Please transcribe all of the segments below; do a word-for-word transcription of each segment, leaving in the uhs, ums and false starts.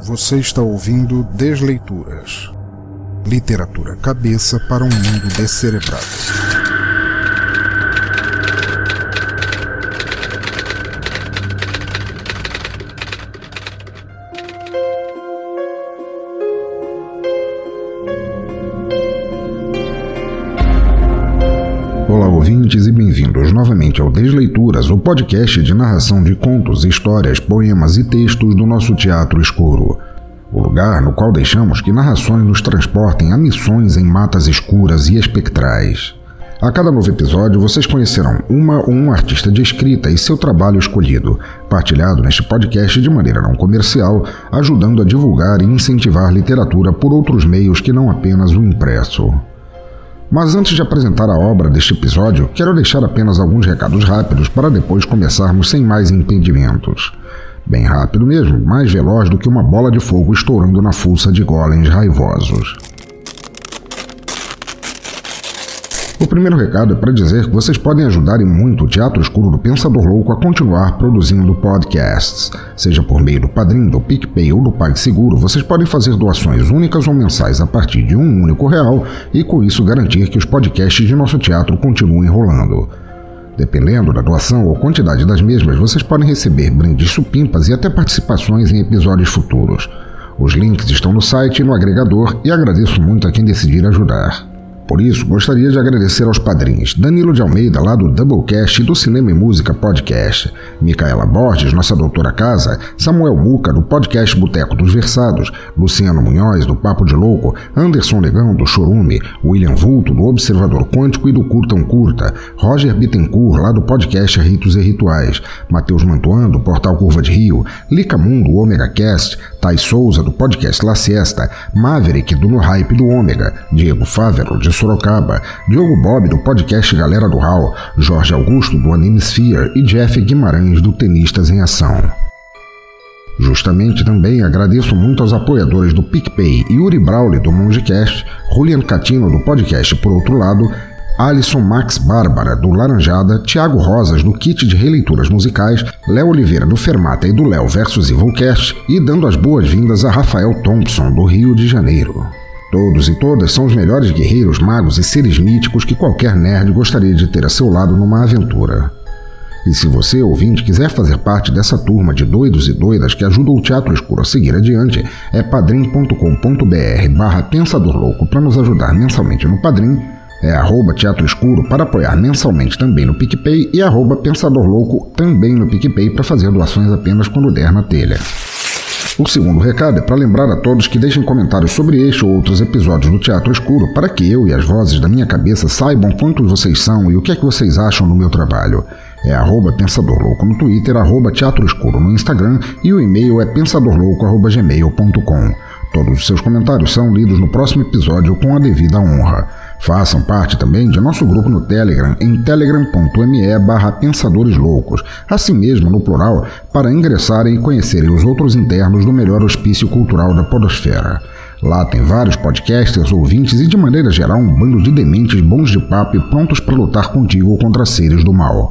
Você está ouvindo Desleituras. Literatura cabeça para um mundo descerebrado. Olá, ouvintes, e bem-vindos novamente ao Desleituras, o podcast de narração de contos, histórias, poemas e textos do nosso teatro escuro. O lugar no qual deixamos que narrações nos transportem a missões em matas escuras e espectrais. A cada novo episódio, vocês conhecerão uma ou um artista de escrita e seu trabalho escolhido, partilhado neste podcast de maneira não comercial, ajudando a divulgar e incentivar literatura por outros meios que não apenas o impresso. Mas antes de apresentar a obra deste episódio, quero deixar apenas alguns recados rápidos para depois começarmos sem mais impedimentos. Bem rápido mesmo, mais veloz do que uma bola de fogo estourando na fuça de golems raivosos. O primeiro recado é para dizer que vocês podem ajudar e muito o Teatro Escuro do Pensador Louco a continuar produzindo podcasts. Seja por meio do Padrim, do PicPay ou do PagSeguro, vocês podem fazer doações únicas ou mensais a partir de um único real e com isso garantir que os podcasts de nosso teatro continuem rolando. Dependendo da doação ou quantidade das mesmas, vocês podem receber brindes supimpas e até participações em episódios futuros. Os links estão no site e no agregador e agradeço muito a quem decidir ajudar. Por isso, gostaria de agradecer aos padrinhos Danilo de Almeida, lá do Doublecast e do Cinema e Música Podcast, Micaela Borges, nossa doutora casa, Samuel Muca, do podcast Boteco dos Versados, Luciano Munhoz, do Papo de Louco, Anderson Negão, do Chorume, William Vulto, do Observador Quântico e do Curtão Curta, Roger Bittencourt, lá do podcast Ritos e Rituais, Matheus Mantuan, do Portal Curva de Rio, Lica Mundo, do Omega Cast, Thais Souza, do podcast La Siesta, Maverick, do No Hype do Ômega, Diego Fávero, de Sorocaba, Diogo Bob, do podcast Galera do Hall, Jorge Augusto, do Anime Sphere e Jeff Guimarães, do Tenistas em Ação. Justamente também agradeço muito aos apoiadores do PicPay, Yuri Brauli, do Mongecast, Julian Catino, do podcast Por Outro Lado, Alisson Max Bárbara, do Laranjada, Thiago Rosas, do Kit de Releituras Musicais, Léo Oliveira, do Fermata e do Léo versus Evilcast, e dando as boas-vindas a Rafael Thompson, do Rio de Janeiro. Todos e todas são os melhores guerreiros, magos e seres míticos que qualquer nerd gostaria de ter a seu lado numa aventura. E se você, ouvinte, quiser fazer parte dessa turma de doidos e doidas que ajuda o Teatro Escuro a seguir adiante, é padrim.com.br barra Pensador Louco para nos ajudar mensalmente no Padrim, é arroba Teatro Escuro para apoiar mensalmente também no PicPay e arroba Pensador Louco também no PicPay para fazer doações apenas quando der na telha. O segundo recado é para lembrar a todos que deixem comentários sobre este ou outros episódios do Teatro Escuro para que eu e as vozes da minha cabeça saibam quantos vocês são e o que é que vocês acham do meu trabalho. É arroba Pensador Louco no Twitter, arroba Teatro Escuro no Instagram e o e-mail é pensadorlouco arroba gmail ponto com. Todos os seus comentários são lidos no próximo episódio com a devida honra. Façam parte também de nosso grupo no Telegram em telegram.me barra Pensadores Loucos, assim mesmo no plural, para ingressarem e conhecerem os outros internos do melhor hospício cultural da podosfera. Lá tem vários podcasters, ouvintes e de maneira geral um bando de dementes bons de papo e prontos para lutar contigo contra seres do mal.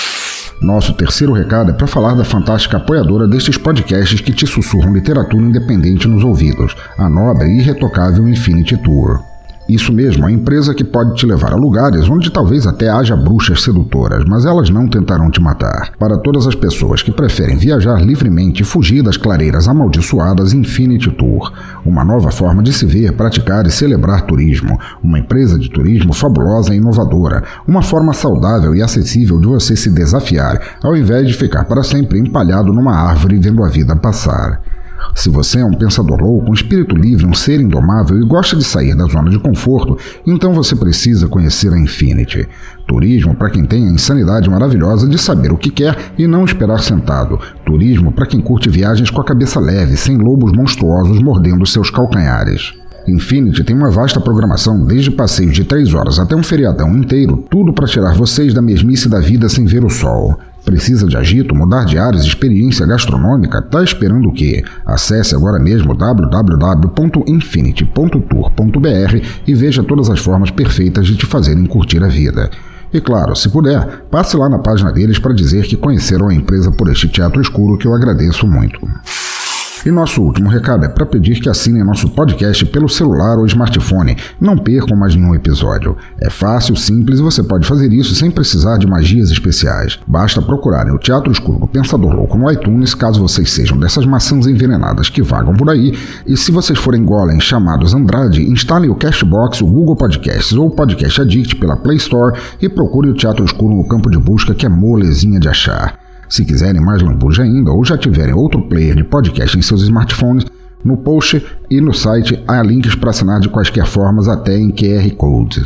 Nosso terceiro recado é para falar da fantástica apoiadora destes podcasts que te sussurram literatura independente nos ouvidos, a nobre e irretocável Infinity Tour. Isso mesmo, a empresa que pode te levar a lugares onde talvez até haja bruxas sedutoras, mas elas não tentarão te matar. Para todas as pessoas que preferem viajar livremente e fugir das clareiras amaldiçoadas, Infinity Tour. Uma nova forma de se ver, praticar e celebrar turismo. Uma empresa de turismo fabulosa e inovadora. Uma forma saudável e acessível de você se desafiar, ao invés de ficar para sempre empalhado numa árvore vendo a vida passar. Se você é um pensador louco, um espírito livre, um ser indomável e gosta de sair da zona de conforto, então você precisa conhecer a Infinity. Turismo para quem tem a insanidade maravilhosa de saber o que quer e não esperar sentado. Turismo para quem curte viagens com a cabeça leve, sem lobos monstruosos mordendo seus calcanhares. Infinity tem uma vasta programação, desde passeios de três horas até um feriadão inteiro, tudo para tirar vocês da mesmice da vida sem ver o sol. Precisa de agito, mudar de ares, experiência gastronômica? Tá esperando o quê? Acesse agora mesmo w w w ponto infinity ponto tour ponto b r e veja todas as formas perfeitas de te fazerem curtir a vida. E claro, se puder, passe lá na página deles para dizer que conheceram a empresa por este Teatro Escuro, que eu agradeço muito. E nosso último recado é para pedir que assinem nosso podcast pelo celular ou smartphone. Não percam mais nenhum episódio. É fácil, simples e você pode fazer isso sem precisar de magias especiais. Basta procurarem o Teatro Escuro do Pensador Louco no iTunes, caso vocês sejam dessas maçãs envenenadas que vagam por aí. E se vocês forem golem chamados Andrade, instalem o Castbox, o Google Podcasts ou o Podcast Addict pela Play Store e procurem o Teatro Escuro no campo de busca, que é molezinha de achar. Se quiserem mais lambuja ainda ou já tiverem outro player de podcast em seus smartphones, no post e no site há links para assinar de quaisquer formas, até em Q R Code.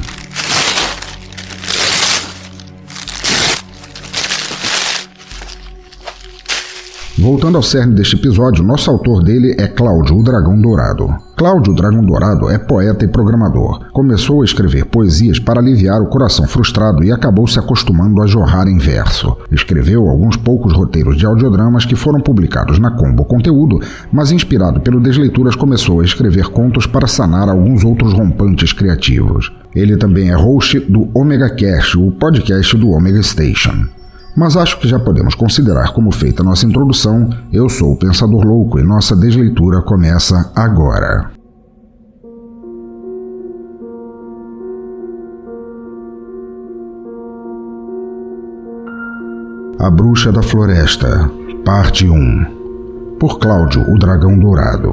Voltando ao cerne deste episódio, nosso autor dele é Cláudio, o Dragão Dourado. Cláudio, o Dragão Dourado, é poeta e programador. Começou a escrever poesias para aliviar o coração frustrado e acabou se acostumando a jorrar em verso. Escreveu alguns poucos roteiros de audiodramas que foram publicados na Combo Conteúdo, mas inspirado pelo Desleituras começou a escrever contos para sanar alguns outros rompantes criativos. Ele também é host do Omega Cast, o podcast do Omega Station. Mas acho que já podemos considerar como feita nossa introdução. Eu sou o Pensador Louco e nossa desleitura começa agora. A Bruxa da Floresta, Parte um, por Cláudio, o Dragão Dourado.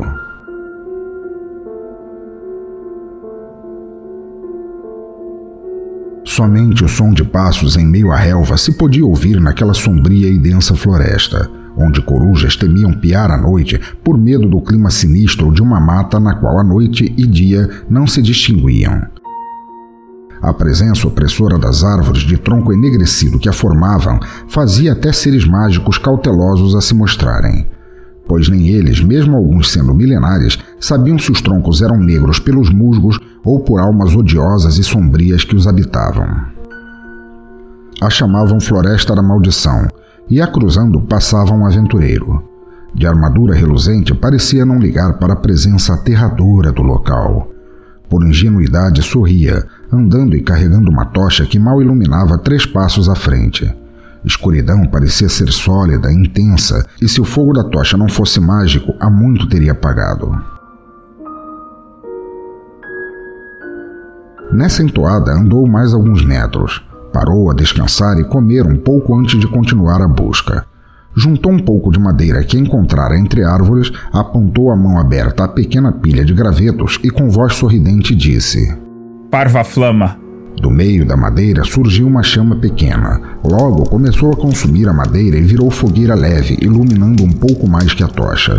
Somente o som de passos em meio à relva se podia ouvir naquela sombria e densa floresta, onde corujas temiam piar à noite por medo do clima sinistro de uma mata na qual a noite e dia não se distinguiam. A presença opressora das árvores de tronco enegrecido que a formavam fazia até seres mágicos cautelosos a se mostrarem, pois nem eles, mesmo alguns sendo milenares, sabiam se os troncos eram negros pelos musgos ou por almas odiosas e sombrias que os habitavam. A chamavam Floresta da Maldição, e a cruzando passava um aventureiro. De armadura reluzente, parecia não ligar para a presença aterradora do local. Por ingenuidade sorria, andando e carregando uma tocha que mal iluminava três passos à frente. Escuridão parecia ser sólida, intensa, e se o fogo da tocha não fosse mágico, há muito teria apagado. Nessa entoada andou mais alguns metros, parou a descansar e comer um pouco antes de continuar a busca. Juntou um pouco de madeira que encontrara entre árvores, apontou a mão aberta à pequena pilha de gravetos e com voz sorridente disse: "Parva flama!" Do meio da madeira surgiu uma chama pequena. Logo começou a consumir a madeira e virou fogueira leve, iluminando um pouco mais que a tocha.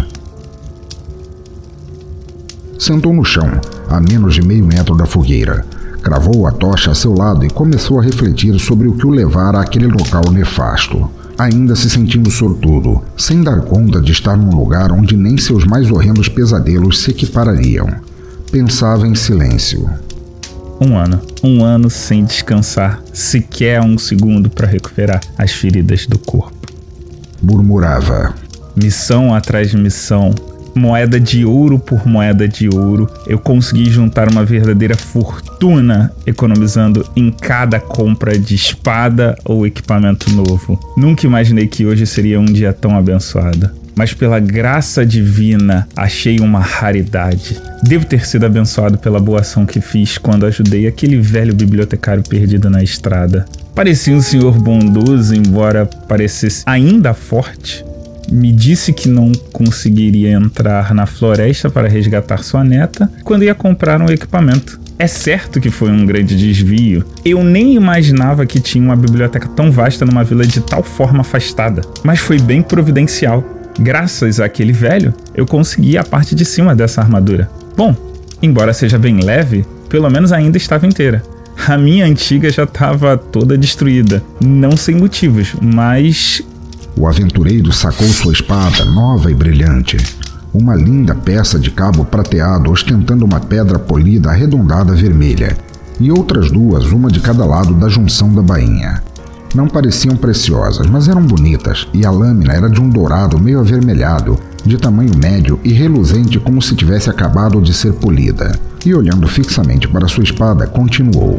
Sentou no chão, a menos de meio metro da fogueira. Cravou a tocha a seu lado e começou a refletir sobre o que o levara àquele local nefasto. Ainda se sentindo sortudo, sem dar conta de estar num lugar onde nem seus mais horrendos pesadelos se equiparariam. Pensava em silêncio. Um ano. Um ano sem descansar, sequer um segundo para recuperar as feridas do corpo. Murmurava. Missão atrás de missão, moeda de ouro por moeda de ouro, eu consegui juntar uma verdadeira fortuna economizando em cada compra de espada ou equipamento novo. Nunca imaginei que hoje seria um dia tão abençoado. Mas pela graça divina, achei uma raridade. Devo ter sido abençoado pela boa ação que fiz quando ajudei aquele velho bibliotecário perdido na estrada. Parecia um senhor bondoso, embora parecesse ainda forte. Me disse que não conseguiria entrar na floresta para resgatar sua neta quando ia comprar um equipamento. É certo que foi um grande desvio. Eu nem imaginava que tinha uma biblioteca tão vasta numa vila de tal forma afastada, mas foi bem providencial. Graças àquele velho, eu consegui a parte de cima dessa armadura. Bom, embora seja bem leve, pelo menos ainda estava inteira. A minha antiga já estava toda destruída, não sem motivos, mas... O aventureiro sacou sua espada, nova e brilhante. Uma linda peça de cabo prateado ostentando uma pedra polida arredondada vermelha, e outras duas, uma de cada lado da junção da bainha. Não pareciam preciosas, mas eram bonitas, e a lâmina era de um dourado meio avermelhado, de tamanho médio e reluzente como se tivesse acabado de ser polida. E olhando fixamente para sua espada, continuou.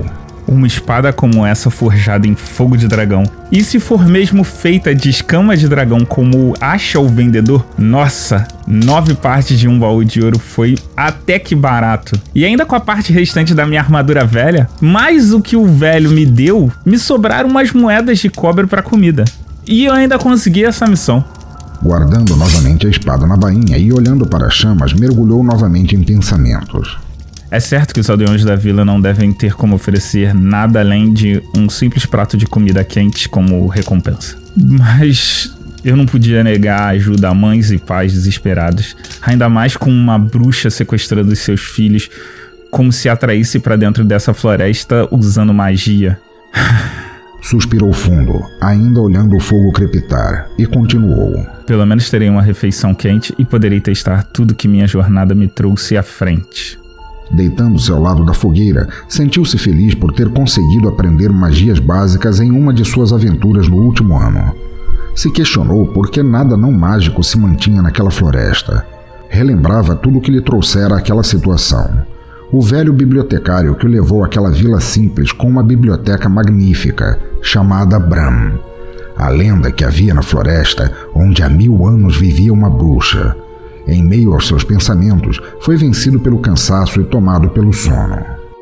Uma espada como essa forjada em fogo de dragão. E se for mesmo feita de escama de dragão como acha o vendedor, nossa, nove partes de um baú de ouro foi até que barato. E ainda com a parte restante da minha armadura velha, mais o que o velho me deu, me sobraram umas moedas de cobre para comida. E eu ainda consegui essa missão. Guardando novamente a espada na bainha e olhando para as chamas, mergulhou novamente em pensamentos. É certo que os aldeões da vila não devem ter como oferecer nada além de um simples prato de comida quente como recompensa. Mas eu não podia negar a ajuda a mães e pais desesperados, ainda mais com uma bruxa sequestrando seus filhos, como se atraísse para dentro dessa floresta usando magia. Suspirou fundo, ainda olhando o fogo crepitar, e continuou. Pelo menos terei uma refeição quente e poderei testar tudo que minha jornada me trouxe à frente. Deitando-se ao lado da fogueira, sentiu-se feliz por ter conseguido aprender magias básicas em uma de suas aventuras no último ano. Se questionou por que nada não mágico se mantinha naquela floresta. Relembrava tudo o que lhe trouxera aquela situação. O velho bibliotecário que o levou àquela vila simples com uma biblioteca magnífica, chamada Bram. A lenda que havia na floresta, onde há mil anos vivia uma bruxa. Em meio aos seus pensamentos, foi vencido pelo cansaço e tomado pelo sono.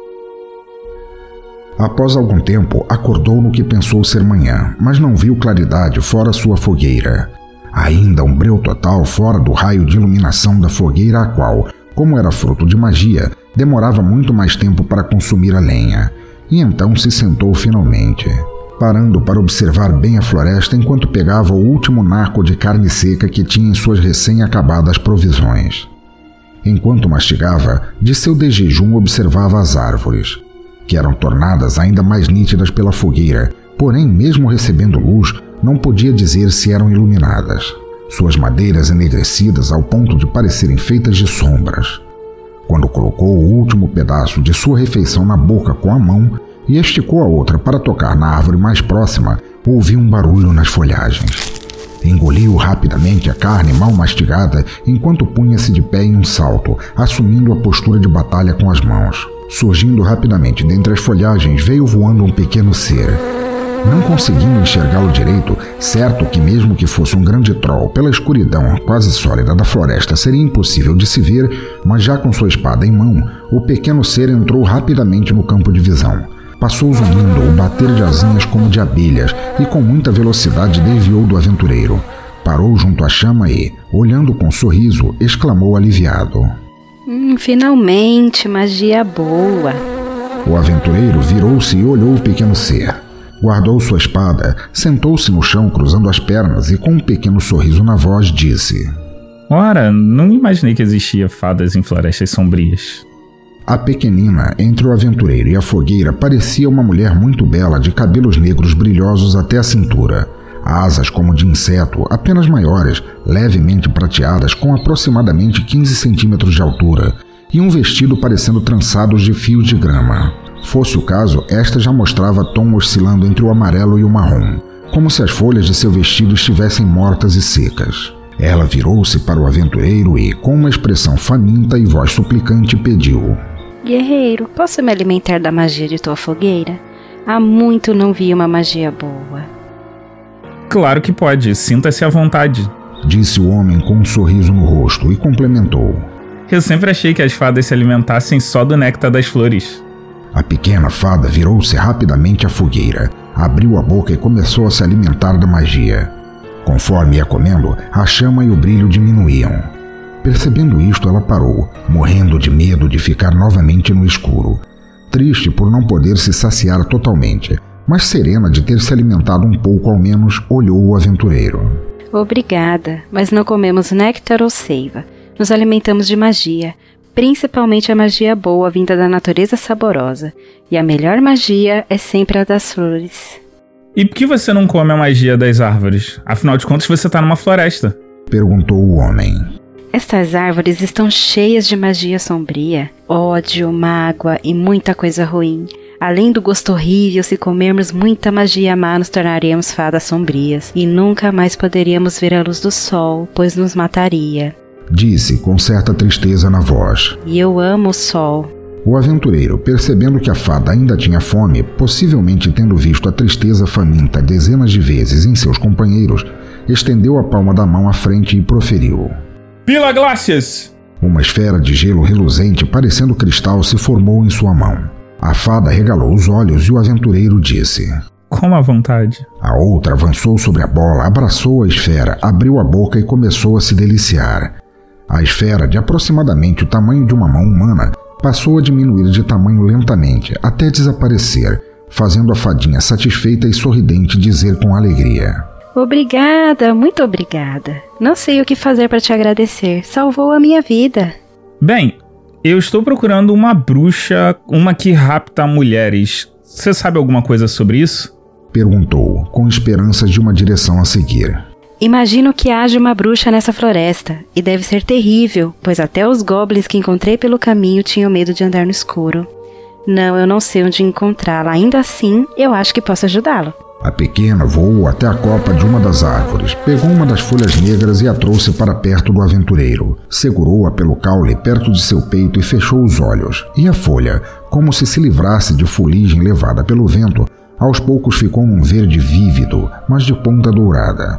Após algum tempo, acordou no que pensou ser manhã, mas não viu claridade fora sua fogueira. Ainda um breu total fora do raio de iluminação da fogueira, a qual, como era fruto de magia, demorava muito mais tempo para consumir a lenha. E então se sentou finalmente, parando para observar bem a floresta enquanto pegava o último naco de carne seca que tinha em suas recém-acabadas provisões. Enquanto mastigava, de seu desjejum observava as árvores, que eram tornadas ainda mais nítidas pela fogueira, porém, mesmo recebendo luz, não podia dizer se eram iluminadas. Suas madeiras enegrecidas ao ponto de parecerem feitas de sombras. Quando colocou o último pedaço de sua refeição na boca com a mão e esticou a outra para tocar na árvore mais próxima, ouviu um barulho nas folhagens. Engoliu rapidamente a carne mal mastigada enquanto punha-se de pé em um salto, assumindo a postura de batalha com as mãos. Surgindo rapidamente dentre as folhagens, veio voando um pequeno ser. Não conseguindo enxergá-lo direito, certo que mesmo que fosse um grande troll, pela escuridão quase sólida da floresta seria impossível de se ver, mas já com sua espada em mão, o pequeno ser entrou rapidamente no campo de visão. Passou zunindo o bater de asinhas como de abelhas e com muita velocidade desviou do aventureiro. Parou junto à chama e, olhando com um sorriso, exclamou aliviado. Hum, finalmente, magia boa. O aventureiro virou-se e olhou o pequeno ser. Guardou sua espada, sentou-se no chão cruzando as pernas e com um pequeno sorriso na voz disse: Ora, não imaginei que existia fadas em florestas sombrias. A pequenina, entre o aventureiro e a fogueira, parecia uma mulher muito bela de cabelos negros brilhosos até a cintura, asas como de inseto, apenas maiores, levemente prateadas com aproximadamente quinze centímetros de altura, e um vestido parecendo trançados de fios de grama. Fosse o caso, esta já mostrava tom oscilando entre o amarelo e o marrom, como se as folhas de seu vestido estivessem mortas e secas. Ela virou-se para o aventureiro e, com uma expressão faminta e voz suplicante, pediu: Guerreiro, posso me alimentar da magia de tua fogueira? Há muito não vi uma magia boa. Claro que pode, sinta-se à vontade, disse o homem com um sorriso no rosto e complementou: Eu sempre achei que as fadas se alimentassem só do néctar das flores. A pequena fada virou-se rapidamente à fogueira, abriu a boca e começou a se alimentar da magia. Conforme ia comendo, a chama e o brilho diminuíam. Percebendo isto, ela parou, morrendo de medo de ficar novamente no escuro. Triste por não poder se saciar totalmente, mas serena de ter se alimentado um pouco ao menos, olhou o aventureiro. Obrigada, mas não comemos néctar ou seiva. Nos alimentamos de magia. Principalmente a magia boa vinda da natureza saborosa. E a melhor magia é sempre a das flores. E por que você não come a magia das árvores? Afinal de contas, você está numa floresta. Perguntou o homem. Estas árvores estão cheias de magia sombria, ódio, mágoa e muita coisa ruim. Além do gosto horrível, se comermos muita magia má, nos tornaremos fadas sombrias. E nunca mais poderíamos ver a luz do sol, pois nos mataria. Disse com certa tristeza na voz. E eu amo o sol. O aventureiro, percebendo que a fada ainda tinha fome, possivelmente tendo visto a tristeza faminta dezenas de vezes em seus companheiros, estendeu a palma da mão à frente e proferiu: Pila Glacias! Uma esfera de gelo reluzente, parecendo cristal, se formou em sua mão. A fada regalou os olhos e o aventureiro disse: Coma à vontade. A outra avançou sobre a bola, abraçou a esfera, abriu a boca e começou a se deliciar. A esfera, de aproximadamente o tamanho de uma mão humana, passou a diminuir de tamanho lentamente, até desaparecer, fazendo a fadinha satisfeita e sorridente dizer com alegria: Obrigada, muito obrigada. Não sei o que fazer para te agradecer. Salvou a minha vida. Bem, eu estou procurando uma bruxa, uma que rapta mulheres. Você sabe alguma coisa sobre isso? Perguntou, com esperanças de uma direção a seguir. Imagino que haja uma bruxa nessa floresta, e deve ser terrível, pois até os goblins que encontrei pelo caminho tinham medo de andar no escuro. Não, eu não sei onde encontrá-la. Ainda assim, eu acho que posso ajudá-lo. A pequena voou até a copa de uma das árvores, pegou uma das folhas negras e a trouxe para perto do aventureiro. Segurou-a pelo caule perto de seu peito e fechou os olhos. E a folha, como se se livrasse de fuligem levada pelo vento, aos poucos ficou um verde vívido, mas de ponta dourada.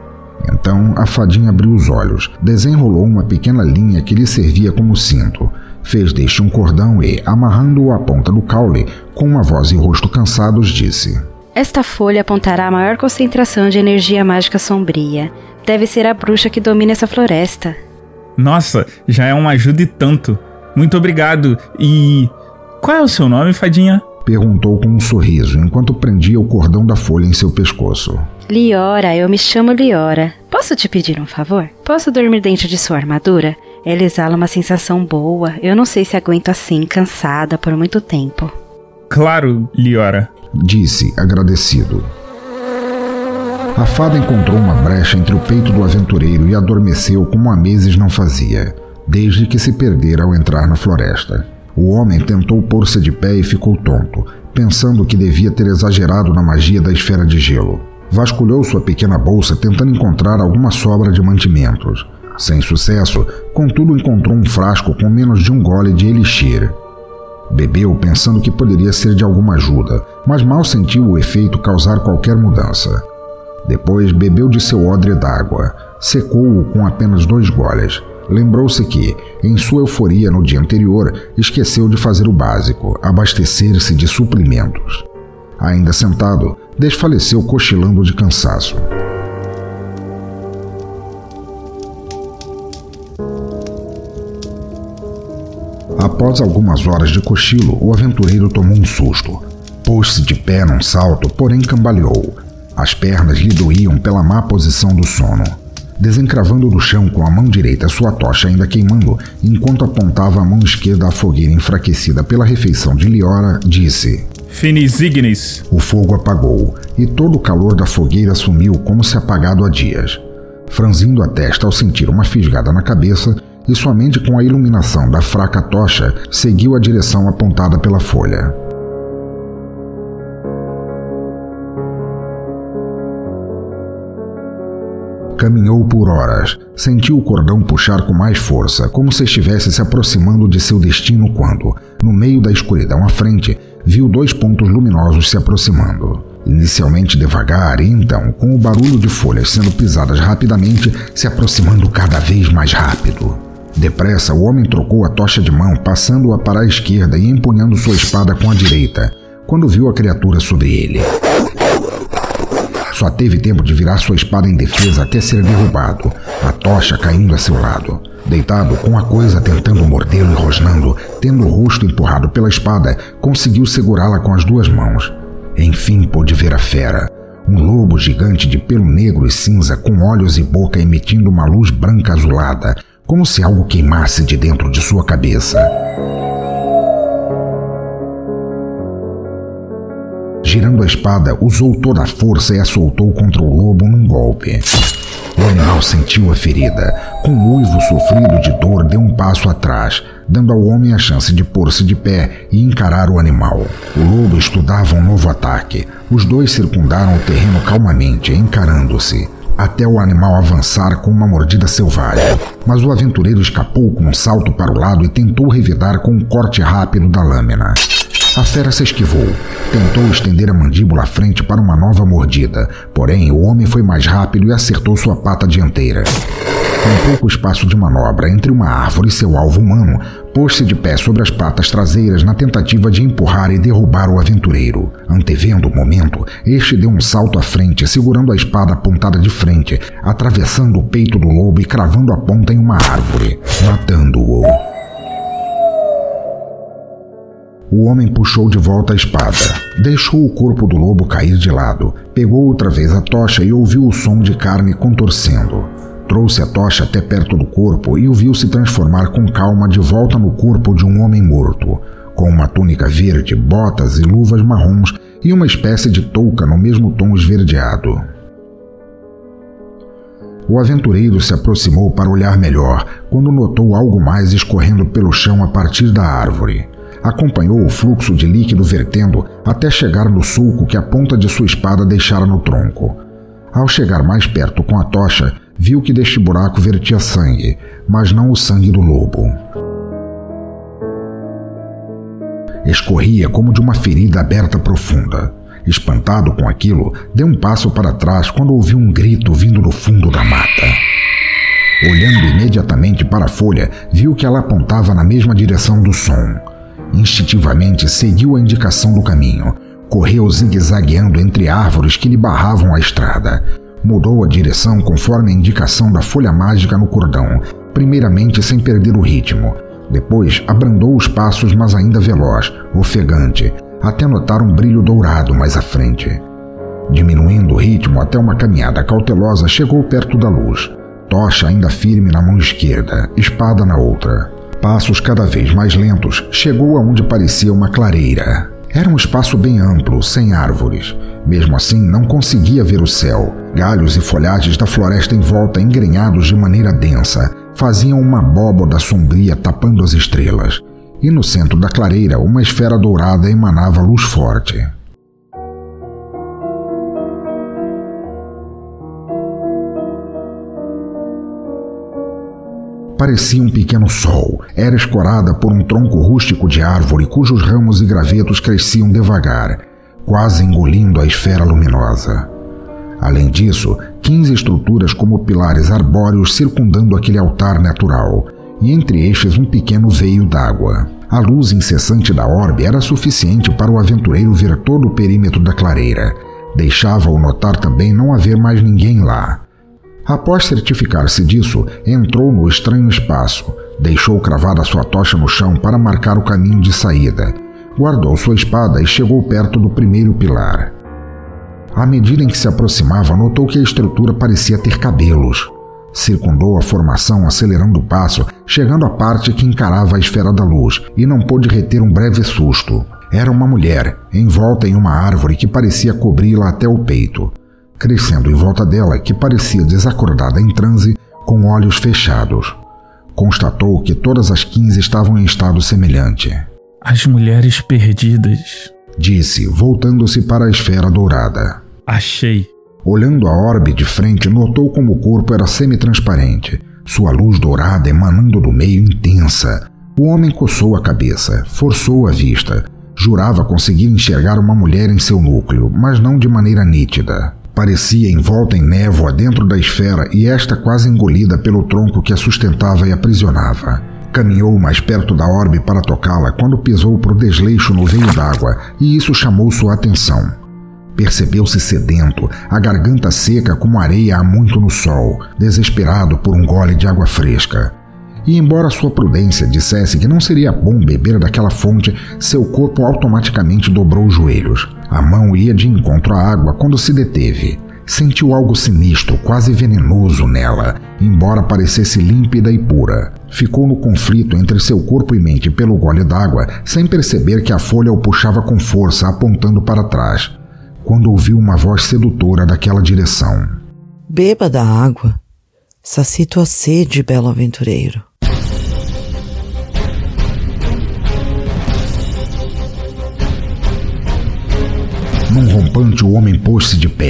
Então a fadinha abriu os olhos, desenrolou uma pequena linha que lhe servia como cinto, fez deste um cordão e, amarrando-o à ponta do caule, com uma voz e rosto cansados, disse: Esta folha apontará a maior concentração de energia mágica sombria. Deve ser a bruxa que domina essa floresta. Nossa, já é uma ajuda e tanto. Muito obrigado. E qual é o seu nome, fadinha? Perguntou com um sorriso, enquanto prendia o cordão da folha em seu pescoço. Liora, eu me chamo Liora. Posso te pedir um favor? Posso dormir dentro de sua armadura? Ela exala uma sensação boa. Eu não sei se aguento assim, cansada por muito tempo. Claro, Liora, disse, agradecido. A fada encontrou uma brecha entre o peito do aventureiro e adormeceu como há meses não fazia, desde que se perdera ao entrar na floresta. O homem tentou pôr-se de pé e ficou tonto, pensando que devia ter exagerado na magia da esfera de gelo. Vasculhou sua pequena bolsa tentando encontrar alguma sobra de mantimentos. Sem sucesso, contudo encontrou um frasco com menos de um gole de elixir. Bebeu pensando que poderia ser de alguma ajuda, mas mal sentiu o efeito causar qualquer mudança. Depois bebeu de seu odre d'água, secou-o com apenas dois goles. Lembrou-se que, em sua euforia no dia anterior, esqueceu de fazer o básico, abastecer-se de suprimentos. Ainda sentado, desfaleceu cochilando de cansaço. Após algumas horas de cochilo, o aventureiro tomou um susto. Pôs-se de pé num salto, porém cambaleou. As pernas lhe doíam pela má posição do sono. Desencravando do chão com a mão direita sua tocha ainda queimando, enquanto apontava a mão esquerda à fogueira enfraquecida pela refeição de Liora, disse: Finis ignis. O fogo apagou, e todo o calor da fogueira sumiu como se apagado há dias. Franzindo a testa ao sentir uma fisgada na cabeça, e somente com a iluminação da fraca tocha, seguiu a direção apontada pela folha. Caminhou por horas, sentiu o cordão puxar com mais força, como se estivesse se aproximando de seu destino quando, no meio da escuridão à frente, viu dois pontos luminosos se aproximando. Inicialmente devagar e então, com o barulho de folhas sendo pisadas rapidamente, se aproximando cada vez mais rápido. Depressa, o homem trocou a tocha de mão, passando-a para a esquerda e empunhando sua espada com a direita, quando viu a criatura sobre ele. Só teve tempo de virar sua espada em defesa até ser derrubado, a tocha caindo a seu lado. Deitado, com a coisa tentando mordê-lo e rosnando, tendo o rosto empurrado pela espada, conseguiu segurá-la com as duas mãos. Enfim pôde ver a fera. Um lobo gigante de pelo negro e cinza, com olhos e boca emitindo uma luz branca azulada, como se algo queimasse de dentro de sua cabeça. Girando a espada, usou toda a força e a soltou contra o lobo num golpe. O animal sentiu a ferida. Com um uivo sofrido de dor, deu um passo atrás, dando ao homem a chance de pôr-se de pé e encarar o animal. O lobo estudava um novo ataque. Os dois circundaram o terreno calmamente, encarando-se. até o animal avançar com uma mordida selvagem. Mas o aventureiro escapou com um salto para o lado e tentou revidar com um corte rápido da lâmina. A fera se esquivou, tentou estender a mandíbula à frente para uma nova mordida, porém o homem foi mais rápido e acertou sua pata dianteira. Com pouco espaço de manobra entre uma árvore e seu alvo humano, pôs-se de pé sobre as patas traseiras na tentativa de empurrar e derrubar o aventureiro. Antevendo o momento, este deu um salto à frente, segurando a espada apontada de frente, atravessando o peito do lobo e cravando a ponta em uma árvore, matando-o. O homem puxou de volta a espada, deixou o corpo do lobo cair de lado, pegou outra vez a tocha e ouviu o som de carne contorcendo. Trouxe a tocha até perto do corpo e o viu se transformar com calma de volta no corpo de um homem morto, com uma túnica verde, botas e luvas marrons e uma espécie de touca no mesmo tom esverdeado. O aventureiro se aproximou para olhar melhor, quando notou algo mais escorrendo pelo chão a partir da árvore. Acompanhou o fluxo de líquido vertendo até chegar no sulco que a ponta de sua espada deixara no tronco. Ao chegar mais perto com a tocha, viu que deste buraco vertia sangue, mas não o sangue do lobo. Escorria como de uma ferida aberta profunda. Espantado com aquilo, deu um passo para trás quando ouviu um grito vindo do fundo da mata. Olhando imediatamente para a folha, viu que ela apontava na mesma direção do som. Instintivamente seguiu a indicação do caminho. Correu zigue-zagueando entre árvores que lhe barravam a estrada. Mudou a direção conforme a indicação da folha mágica no cordão, primeiramente sem perder o ritmo. Depois abrandou os passos, mas ainda veloz, ofegante, até notar um brilho dourado mais à frente. Diminuindo o ritmo até uma caminhada cautelosa, chegou perto da luz. Tocha ainda firme na mão esquerda, espada na outra. Passos cada vez mais lentos, chegou aonde parecia uma clareira. Era um espaço bem amplo, sem árvores. Mesmo assim, não conseguia ver o céu. Galhos e folhagens da floresta em volta, engrenhados de maneira densa, faziam uma abóboda sombria tapando as estrelas. E no centro da clareira, uma esfera dourada emanava luz forte. Parecia um pequeno sol. Era escorada por um tronco rústico de árvore cujos ramos e gravetos cresciam devagar, quase engolindo a esfera luminosa. Além disso, quinze estruturas como pilares arbóreos circundando aquele altar natural, e entre estes um pequeno veio d'água. A luz incessante da orbe era suficiente para o aventureiro ver todo o perímetro da clareira. Deixava-o notar também não haver mais ninguém lá. Após certificar-se disso, entrou no estranho espaço, deixou cravada sua tocha no chão para marcar o caminho de saída, guardou sua espada e chegou perto do primeiro pilar. À medida em que se aproximava, notou que a estrutura parecia ter cabelos. Circundou a formação acelerando o passo, chegando à parte que encarava a esfera da luz, e não pôde reter um breve susto. Era uma mulher, envolta em uma árvore que parecia cobri-la até o peito. Crescendo em volta dela, que parecia desacordada em transe, com olhos fechados. Constatou que todas as quinze estavam em estado semelhante. As mulheres perdidas, disse, voltando-se para a esfera dourada. Achei. Olhando a orbe de frente, notou como o corpo era semi-transparente, sua luz dourada emanando do meio intensa. O homem coçou a cabeça, forçou a vista. Jurava conseguir enxergar uma mulher em seu núcleo, mas não de maneira nítida. Parecia envolta em névoa dentro da esfera e esta quase engolida pelo tronco que a sustentava e aprisionava. Caminhou mais perto da orbe para tocá-la quando pisou por desleixo no veio d'água e isso chamou sua atenção. Percebeu-se sedento, a garganta seca como areia há muito no sol, desesperado por um gole de água fresca. E embora sua prudência dissesse que não seria bom beber daquela fonte, seu corpo automaticamente dobrou os joelhos. A mão ia de encontro à água quando se deteve. Sentiu algo sinistro, quase venenoso nela, embora parecesse límpida e pura. Ficou no conflito entre seu corpo e mente pelo gole d'água, sem perceber que a folha o puxava com força, apontando para trás, quando ouviu uma voz sedutora daquela direção. Beba da água. Sacie tua sede, belo aventureiro. Num rompante, o homem pôs-se de pé.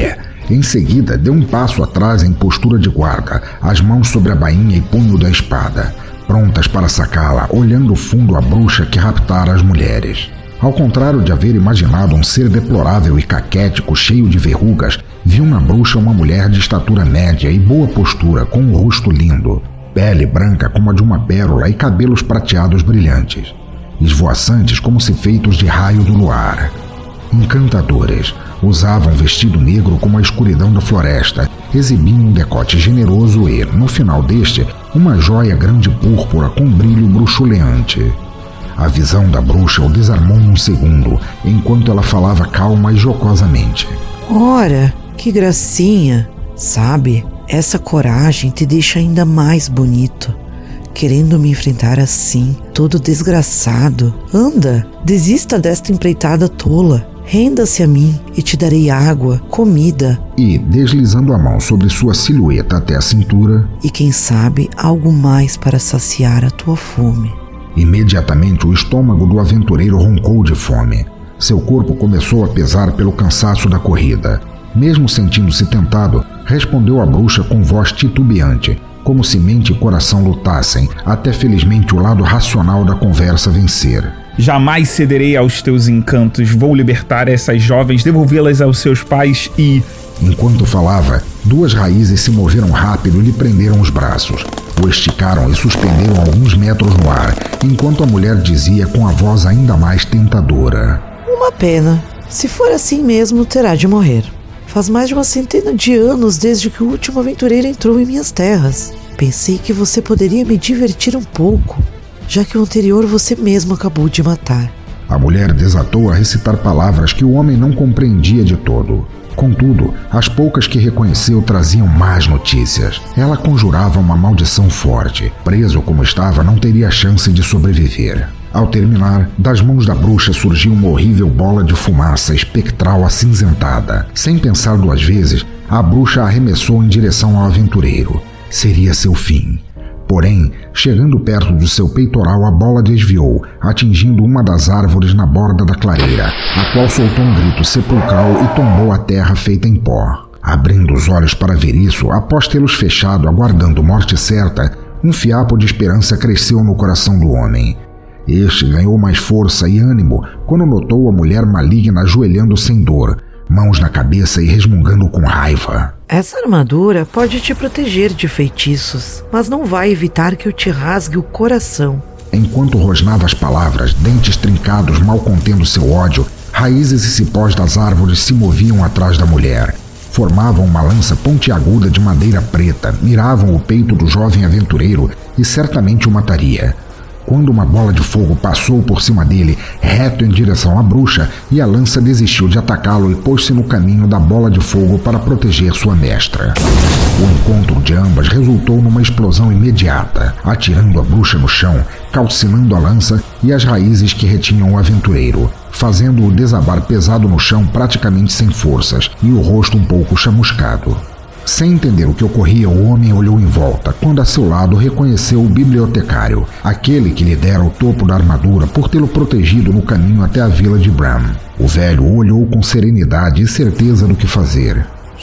Em seguida, deu um passo atrás em postura de guarda, as mãos sobre a bainha e punho da espada, prontas para sacá-la, olhando fundo a bruxa que raptara as mulheres. Ao contrário de haver imaginado um ser deplorável e caquético, cheio de verrugas, viu na bruxa uma mulher de estatura média e boa postura, com um rosto lindo, pele branca como a de uma pérola e cabelos prateados brilhantes, esvoaçantes como se feitos de raio do luar. Encantadores, usavam um vestido negro como a escuridão da floresta, exibiam um decote generoso e, no final deste, uma joia grande púrpura com brilho bruxuleante. A visão da bruxa o desarmou num segundo, enquanto ela falava calma e jocosamente. Ora, que gracinha! Sabe, essa coragem te deixa ainda mais bonito. Querendo me enfrentar assim, todo desgraçado. Anda, desista desta empreitada tola. Renda-se a mim e te darei água, comida. E, deslizando a mão sobre sua silhueta até a cintura... E quem sabe, algo mais para saciar a tua fome. Imediatamente o estômago do aventureiro roncou de fome. Seu corpo começou a pesar pelo cansaço da corrida. Mesmo sentindo-se tentado, respondeu à bruxa com voz titubeante, como se mente e coração lutassem, até felizmente o lado racional da conversa vencer. Jamais cederei aos teus encantos. Vou libertar essas jovens, devolvê-las aos seus pais e... Enquanto falava, duas raízes se moveram rápido e lhe prenderam os braços. O esticaram e suspenderam alguns metros no ar, enquanto a mulher dizia com a voz ainda mais tentadora. Uma pena. Se for assim mesmo, terá de morrer. Faz mais de uma centena de anos desde que o último aventureiro entrou em minhas terras. Pensei que você poderia me divertir um pouco, já que o anterior você mesmo acabou de matar. A mulher desatou a recitar palavras que o homem não compreendia de todo. Contudo, as poucas que reconheceu traziam más notícias. Ela conjurava uma maldição forte. Preso como estava, não teria chance de sobreviver. Ao terminar, das mãos da bruxa surgiu uma horrível bola de fumaça espectral acinzentada. Sem pensar duas vezes, a bruxa arremessou em direção ao aventureiro. Seria seu fim. Porém, chegando perto do seu peitoral, a bola desviou, atingindo uma das árvores na borda da clareira, a qual soltou um grito sepulcral e tombou à terra feita em pó. Abrindo os olhos para ver isso, após tê-los fechado, aguardando morte certa, um fiapo de esperança cresceu no coração do homem. Este ganhou mais força e ânimo quando notou a mulher maligna ajoelhando sem dor, mãos na cabeça e resmungando com raiva. Essa armadura pode te proteger de feitiços, mas não vai evitar que eu te rasgue o coração. Enquanto rosnava as palavras, dentes trincados mal contendo seu ódio, raízes e cipós das árvores se moviam atrás da mulher. Formavam uma lança pontiaguda de madeira preta, miravam o peito do jovem aventureiro e certamente o mataria. Quando uma bola de fogo passou por cima dele, reto em direção à bruxa, e a lança desistiu de atacá-lo e pôs-se no caminho da bola de fogo para proteger sua mestra. O encontro de ambas resultou numa explosão imediata, atirando a bruxa no chão, calcinando a lança e as raízes que retinham o aventureiro, fazendo-o desabar pesado no chão praticamente sem forças e o rosto um pouco chamuscado. Sem entender o que ocorria, o homem olhou em volta, quando a seu lado reconheceu o bibliotecário, aquele que lhe dera o topo da armadura por tê-lo protegido no caminho até a vila de Bram. O velho o olhou com serenidade e certeza do que fazer.